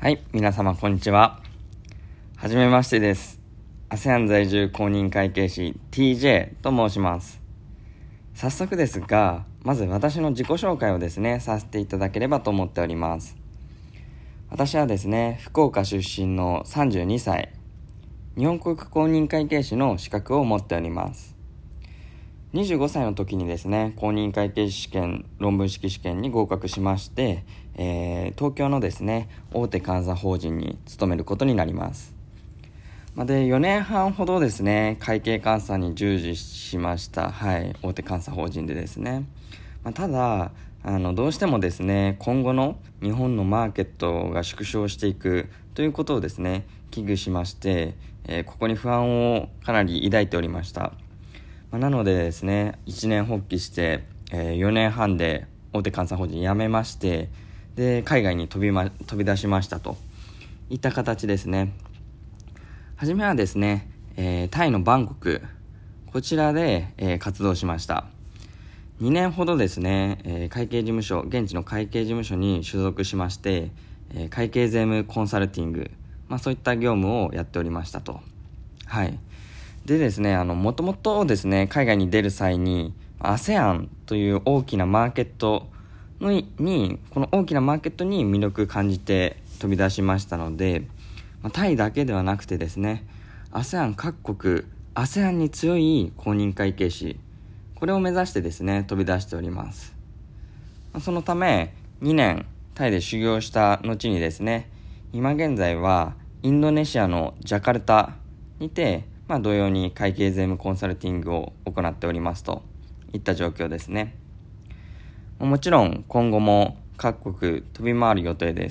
はい、皆様こんにちは。はじめましてです。ASEAN 在住公認会計士 TJ と申します。早速ですが、まず私の自己紹介をですね、させていただければと思っております。私はですね、福岡出身の32歳、日本国公認会計士の資格を持っております。25歳の時にですね、公認会計士試験、論文式試験に合格しまして、東京のですね、大手監査法人に勤めることになります。で、4年半ほどですね、会計監査に従事しました。はい、大手監査法人でですね。ただ、どうしてもですね、今後の日本のマーケットが縮小していくということをですね、危惧しまして、ここに不安をかなり抱いておりました。なのでですね、一年発起して、4年半で大手監査法人辞めまして、で海外に飛び出しましたといった形ですね。はじめはですね、タイのバンコク、こちらで、活動しました。2年ほどですね、会計事務所、現地の会計事務所に所属しまして、会計税務コンサルティング、そういった業務をやっておりましたと。はい。でですね、もともとですね、海外に出る際に ASEAN という大きなマーケットにこの大きなマーケットに魅力感じて飛び出しましたので、タイだけではなくてですね、 ASEAN 各国 ASEAN に強い公認会計士、これを目指してですね飛び出しております。そのため2年タイで修行した後にですね、今現在はインドネシアのジャカルタにて、同様に会計税務コンサルティングを行っておりますといった状況ですね。もちろん今後も各国飛び回る予定です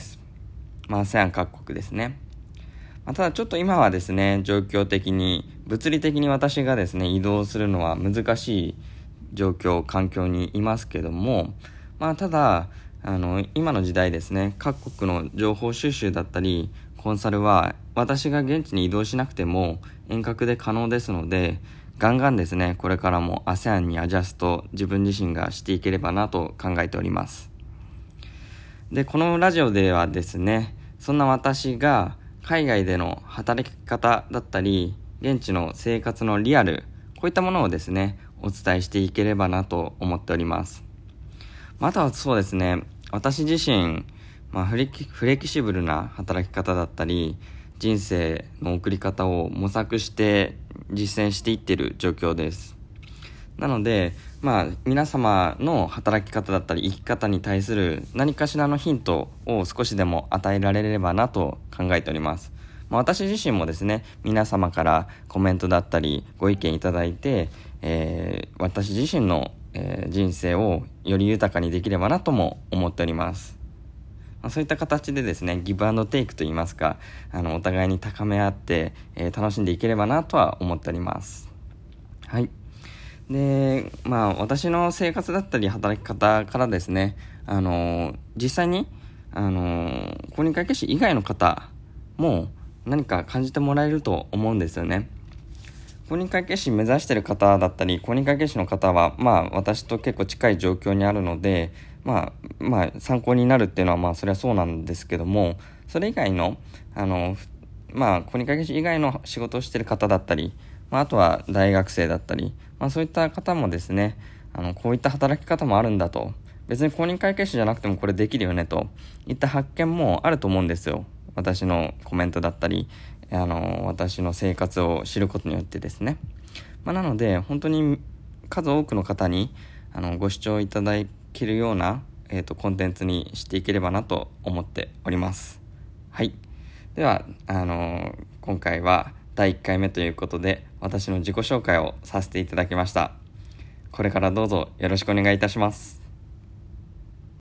。ASEAN 各国ですね。ただちょっと今はですね、状況的に物理的に私がですね移動するのは難しい状況環境にいますけども、ただ今の時代ですね、各国の情報収集だったりコンサルは私が現地に移動しなくても遠隔で可能ですので、ガンガンですね、これからも ASEAN にアジャスト自分自身がしていければなと考えております。で、このラジオではですね、そんな私が海外での働き方だったり現地の生活のリアル、こういったものをですねお伝えしていければなと思っております。あとはそうですね、私自身、フレキシブルな働き方だったり人生の送り方を模索して実践していっている状況です。なので、皆様の働き方だったり生き方に対する何かしらのヒントを少しでも与えられればなと考えております。私自身もですね、皆様からコメントだったりご意見いただいて、私自身の、人生をより豊かにできればなとも思っております。そういった形でですね、ギブアンドテイクといいますか、お互いに高め合って、楽しんでいければなとは思っております。はい。で、私の生活だったり働き方からですね、実際に、公認会計士以外の方も何か感じてもらえると思うんですよね。公認会計士目指している方だったり公認会計士の方は私と結構近い状況にあるので、参考になるっていうのはそれはそうなんですけども、それ以外の公認会計士以外の仕事をしている方だったり、あとは大学生だったり、そういった方もですね、こういった働き方もあるんだと、別に公認会計士じゃなくてもこれできるよねといった発見もあると思うんですよ。私のコメントだったり私の生活を知ることによってですね、なので本当に数多くの方にご視聴いただけるような、コンテンツにしていければなと思っております。はい。では今回は第1回目ということで私の自己紹介をさせていただきました。これからどうぞよろしくお願いいたします。